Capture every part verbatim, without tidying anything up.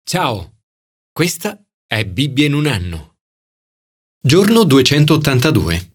Ciao, questa è Bibbia in un anno. Giorno duecentottantadue.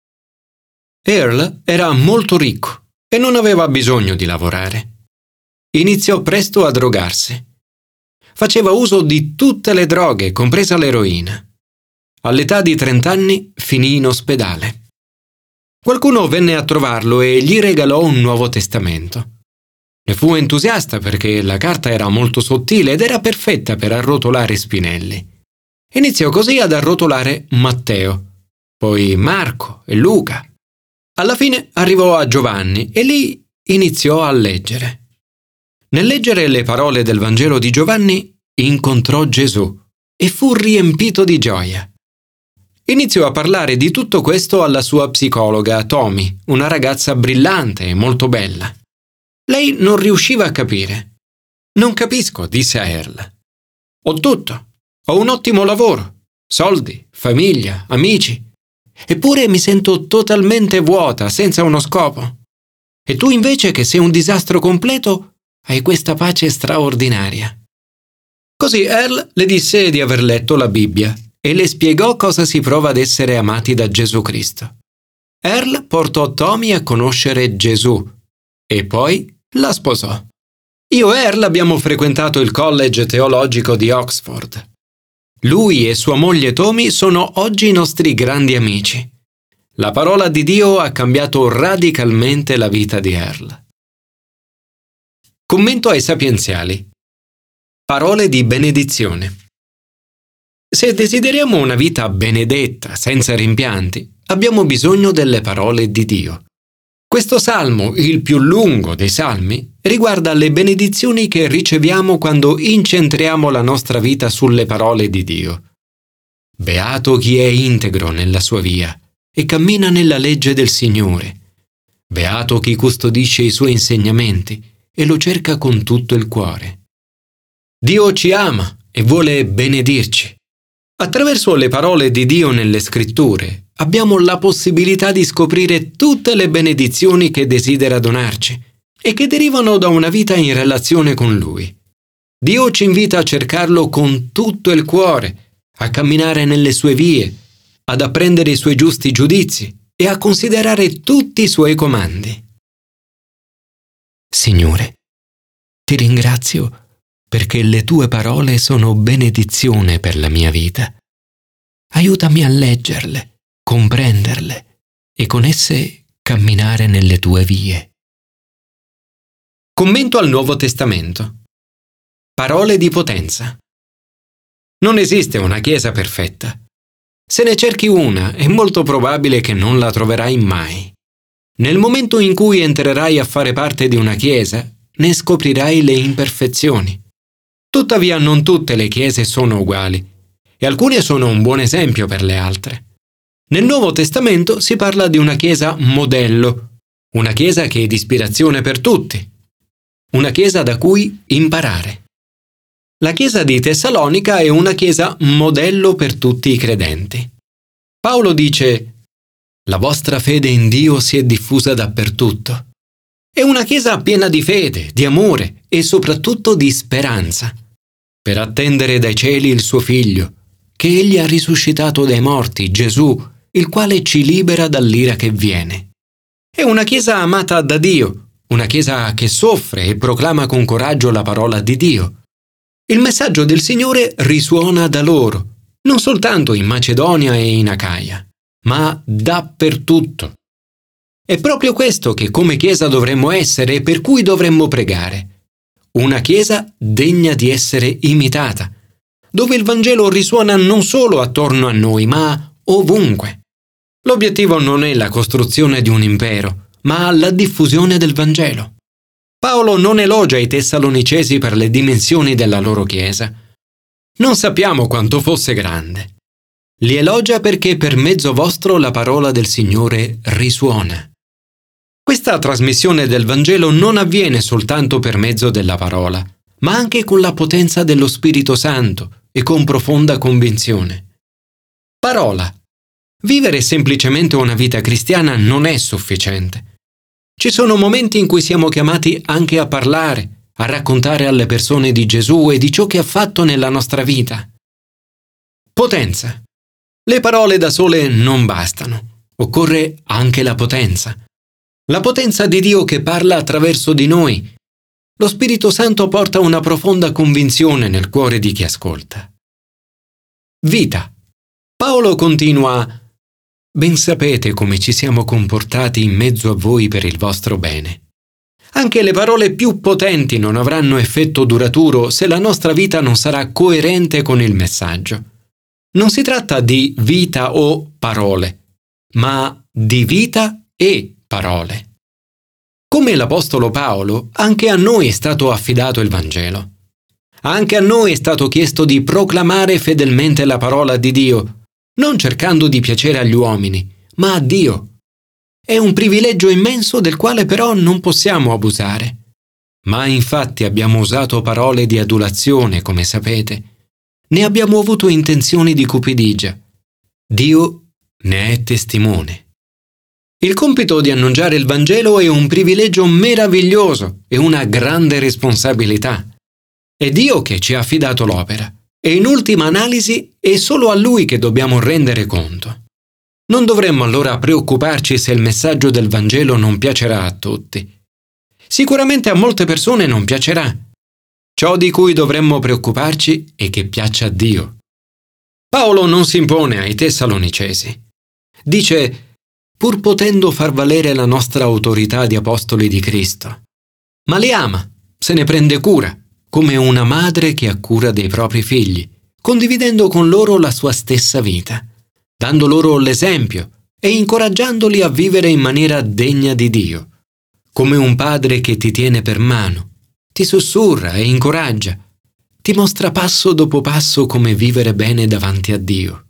Earl era molto ricco e non aveva bisogno di lavorare. Iniziò presto a drogarsi. Faceva uso di tutte le droghe, compresa l'eroina. All'età di trent'anni finì in ospedale. Qualcuno venne a trovarlo e gli regalò un Nuovo Testamento. Ne fu entusiasta perché la carta era molto sottile ed era perfetta per arrotolare spinelli. Iniziò così ad arrotolare Matteo, poi Marco e Luca. Alla fine arrivò a Giovanni e lì iniziò a leggere. Nel leggere le parole del Vangelo di Giovanni incontrò Gesù e fu riempito di gioia. Iniziò a parlare di tutto questo alla sua psicologa Tommy, una ragazza brillante e molto bella. Lei non riusciva a capire. «Non capisco», disse a Earl. «Ho tutto. Ho un ottimo lavoro, soldi, famiglia, amici. Eppure mi sento totalmente vuota, senza uno scopo. E tu invece, che sei un disastro completo, hai questa pace straordinaria». Così Earl le disse di aver letto la Bibbia e le spiegò cosa si prova ad essere amati da Gesù Cristo. Earl portò Tommy a conoscere Gesù e poi la sposò. Io e Earl abbiamo frequentato il college teologico di Oxford. Lui e sua moglie Tommy sono oggi i nostri grandi amici. La parola di Dio ha cambiato radicalmente la vita di Earl. Commento ai sapienziali. Parole di benedizione. Se desideriamo una vita benedetta, senza rimpianti, abbiamo bisogno delle parole di Dio. Questo salmo, il più lungo dei salmi, riguarda le benedizioni che riceviamo quando incentriamo la nostra vita sulle parole di Dio. Beato chi è integro nella sua via e cammina nella legge del Signore. Beato chi custodisce i suoi insegnamenti e lo cerca con tutto il cuore. Dio ci ama e vuole benedirci. Attraverso le parole di Dio nelle Scritture abbiamo la possibilità di scoprire tutte le benedizioni che desidera donarci e che derivano da una vita in relazione con Lui. Dio ci invita a cercarlo con tutto il cuore, a camminare nelle sue vie, ad apprendere i suoi giusti giudizi e a considerare tutti i suoi comandi. Signore, ti ringrazio perché le tue parole sono benedizione per la mia vita. Aiutami a leggerle, comprenderle e con esse camminare nelle tue vie. Commento al Nuovo Testamento. Parole di potenza. Non esiste una chiesa perfetta. Se ne cerchi una, è molto probabile che non la troverai mai. Nel momento in cui entrerai a fare parte di una chiesa, ne scoprirai le imperfezioni. Tuttavia non tutte le chiese sono uguali e alcune sono un buon esempio per le altre. Nel Nuovo Testamento si parla di una chiesa modello, una chiesa che è di ispirazione per tutti, una chiesa da cui imparare. La chiesa di Tessalonica è una chiesa modello per tutti i credenti. Paolo dice: «La vostra fede in Dio si è diffusa dappertutto». È una chiesa piena di fede, di amore e soprattutto di speranza, per attendere dai cieli il suo Figlio, che Egli ha risuscitato dai morti, Gesù, il quale ci libera dall'ira che viene. È una chiesa amata da Dio, una chiesa che soffre e proclama con coraggio la parola di Dio. Il messaggio del Signore risuona da loro, non soltanto in Macedonia e in Acaia, ma dappertutto. È proprio questo che come Chiesa dovremmo essere e per cui dovremmo pregare. Una Chiesa degna di essere imitata, dove il Vangelo risuona non solo attorno a noi, ma ovunque. L'obiettivo non è la costruzione di un impero, ma la diffusione del Vangelo. Paolo non elogia i Tessalonicesi per le dimensioni della loro Chiesa. Non sappiamo quanto fosse grande. Li elogia perché per mezzo vostro la parola del Signore risuona. Questa trasmissione del Vangelo non avviene soltanto per mezzo della parola, ma anche con la potenza dello Spirito Santo e con profonda convinzione. Parola. Vivere semplicemente una vita cristiana non è sufficiente. Ci sono momenti in cui siamo chiamati anche a parlare, a raccontare alle persone di Gesù e di ciò che ha fatto nella nostra vita. Potenza. Le parole da sole non bastano, occorre anche la potenza. La potenza di Dio che parla attraverso di noi. Lo Spirito Santo porta una profonda convinzione nel cuore di chi ascolta. Vita. Paolo continua: ben sapete come ci siamo comportati in mezzo a voi per il vostro bene. Anche le parole più potenti non avranno effetto duraturo se la nostra vita non sarà coerente con il messaggio. Non si tratta di vita o parole, ma di vita e parole. Come l'Apostolo Paolo, anche a noi è stato affidato il Vangelo. Anche a noi è stato chiesto di proclamare fedelmente la parola di Dio, non cercando di piacere agli uomini, ma a Dio. È un privilegio immenso del quale però non possiamo abusare. Ma infatti abbiamo usato parole di adulazione, come sapete. Ne abbiamo avuto intenzioni di cupidigia. Dio ne è testimone. Il compito di annunciare il Vangelo è un privilegio meraviglioso e una grande responsabilità. È Dio che ci ha affidato l'opera e in ultima analisi è solo a Lui che dobbiamo rendere conto. Non dovremmo allora preoccuparci se il messaggio del Vangelo non piacerà a tutti. Sicuramente a molte persone non piacerà. Ciò di cui dovremmo preoccuparci è che piaccia a Dio. Paolo non si impone ai Tessalonicesi. Dice: pur potendo far valere la nostra autorità di apostoli di Cristo. Ma li ama, se ne prende cura, come una madre che ha cura dei propri figli, condividendo con loro la sua stessa vita, dando loro l'esempio e incoraggiandoli a vivere in maniera degna di Dio, come un padre che ti tiene per mano, ti sussurra e incoraggia, ti mostra passo dopo passo come vivere bene davanti a Dio.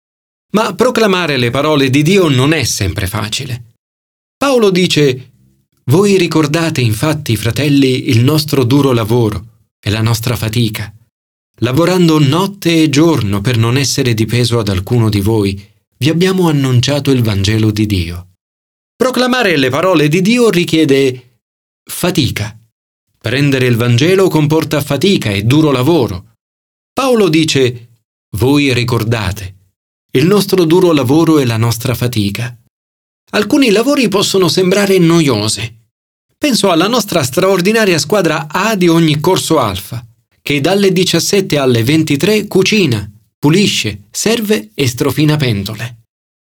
Ma proclamare le parole di Dio non è sempre facile. Paolo dice: voi ricordate infatti, fratelli, il nostro duro lavoro e la nostra fatica, lavorando notte e giorno per non essere di peso ad alcuno di voi, vi abbiamo annunciato il Vangelo di Dio. Proclamare le parole di Dio richiede fatica. Prendere il Vangelo comporta fatica e duro lavoro. Paolo dice: voi ricordate il nostro duro lavoro e la nostra fatica. Alcuni lavori possono sembrare noiosi. Penso alla nostra straordinaria squadra A di ogni corso alfa, che dalle diciassette alle ventitré cucina, pulisce, serve e strofina pentole.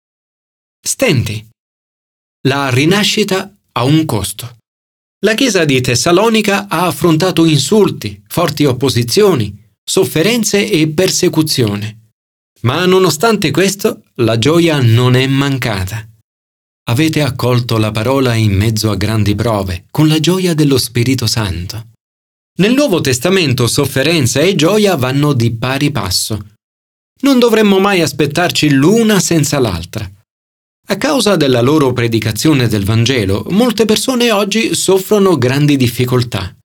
Stenti. La rinascita ha un costo. La Chiesa di Tessalonica ha affrontato insulti, forti opposizioni, sofferenze e persecuzione. Ma nonostante questo, la gioia non è mancata. Avete accolto la parola in mezzo a grandi prove, con la gioia dello Spirito Santo. Nel Nuovo Testamento sofferenza e gioia vanno di pari passo. Non dovremmo mai aspettarci l'una senza l'altra. A causa della loro predicazione del Vangelo, molte persone oggi soffrono grandi difficoltà.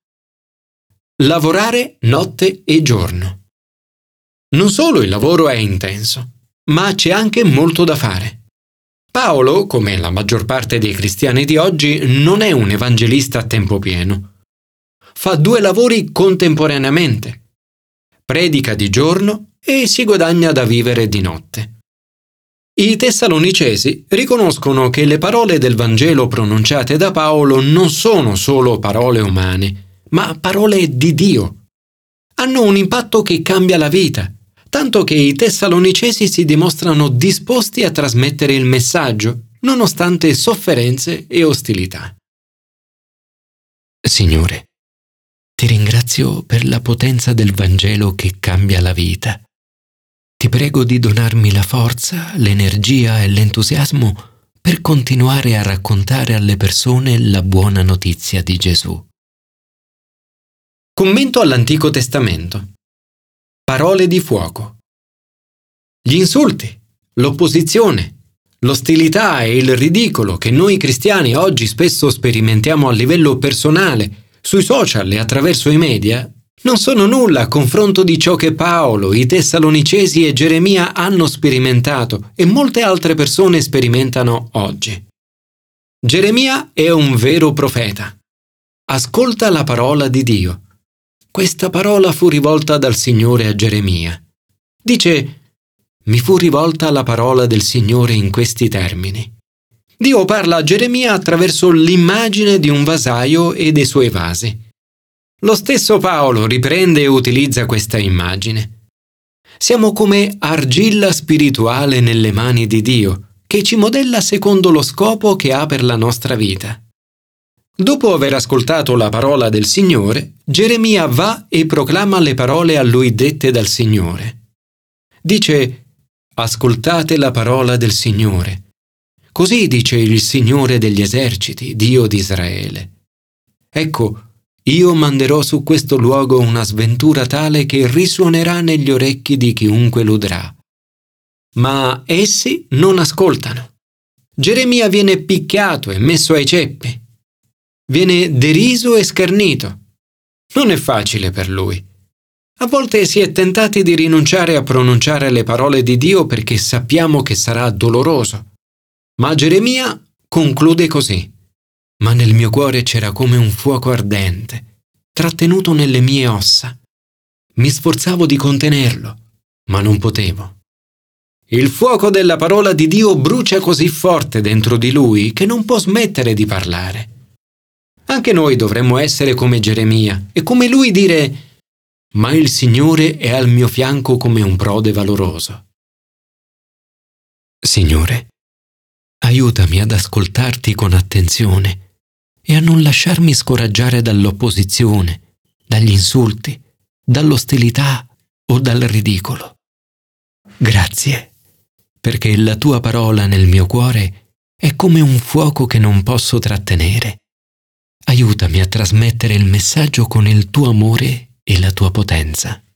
Lavorare notte e giorno. Non solo il lavoro è intenso, ma c'è anche molto da fare. Paolo, come la maggior parte dei cristiani di oggi, non è un evangelista a tempo pieno. Fa due lavori contemporaneamente. Predica di giorno e si guadagna da vivere di notte. I Tessalonicesi riconoscono che le parole del Vangelo pronunciate da Paolo non sono solo parole umane, ma parole di Dio. Hanno un impatto che cambia la vita, tanto che i Tessalonicesi si dimostrano disposti a trasmettere il messaggio, nonostante sofferenze e ostilità. Signore, ti ringrazio per la potenza del Vangelo che cambia la vita. Ti prego di donarmi la forza, l'energia e l'entusiasmo per continuare a raccontare alle persone la buona notizia di Gesù. Commento all'Antico Testamento. Parole di fuoco. Gli insulti, l'opposizione, l'ostilità e il ridicolo che noi cristiani oggi spesso sperimentiamo a livello personale, sui social e attraverso i media, non sono nulla a confronto di ciò che Paolo, i Tessalonicesi e Geremia hanno sperimentato e molte altre persone sperimentano oggi. Geremia è un vero profeta. Ascolta la parola di Dio. questa parola fu rivolta dal Signore a Geremia. Dice: mi fu rivolta la parola del Signore in questi termini. Dio parla a Geremia attraverso l'immagine di un vasaio e dei suoi vasi. Lo stesso Paolo riprende e utilizza questa immagine. Siamo come argilla spirituale nelle mani di Dio, che ci modella secondo lo scopo che ha per la nostra vita. Dopo aver ascoltato la parola del Signore, Geremia va e proclama le parole a lui dette dal Signore. Dice: ascoltate la parola del Signore. Così dice il Signore degli eserciti, Dio di Israele. Ecco, io manderò su questo luogo una sventura tale che risuonerà negli orecchi di chiunque l'udrà. Ma essi non ascoltano. Geremia viene picchiato e messo ai ceppi. Viene deriso e schernito. Non è facile per lui. A volte si è tentati di rinunciare a pronunciare le parole di Dio perché sappiamo che sarà doloroso. Ma Geremia conclude così: ma nel mio cuore c'era come un fuoco ardente, trattenuto nelle mie ossa. Mi sforzavo di contenerlo, ma non potevo. Il fuoco della parola di Dio brucia così forte dentro di lui che non può smettere di parlare. Anche noi dovremmo essere come Geremia e come lui dire: ma il Signore è al mio fianco come un prode valoroso. Signore, aiutami ad ascoltarti con attenzione e a non lasciarmi scoraggiare dall'opposizione, dagli insulti, dall'ostilità o dal ridicolo. Grazie, perché la tua parola nel mio cuore è come un fuoco che non posso trattenere. Aiutami a trasmettere il messaggio con il tuo amore e la tua potenza.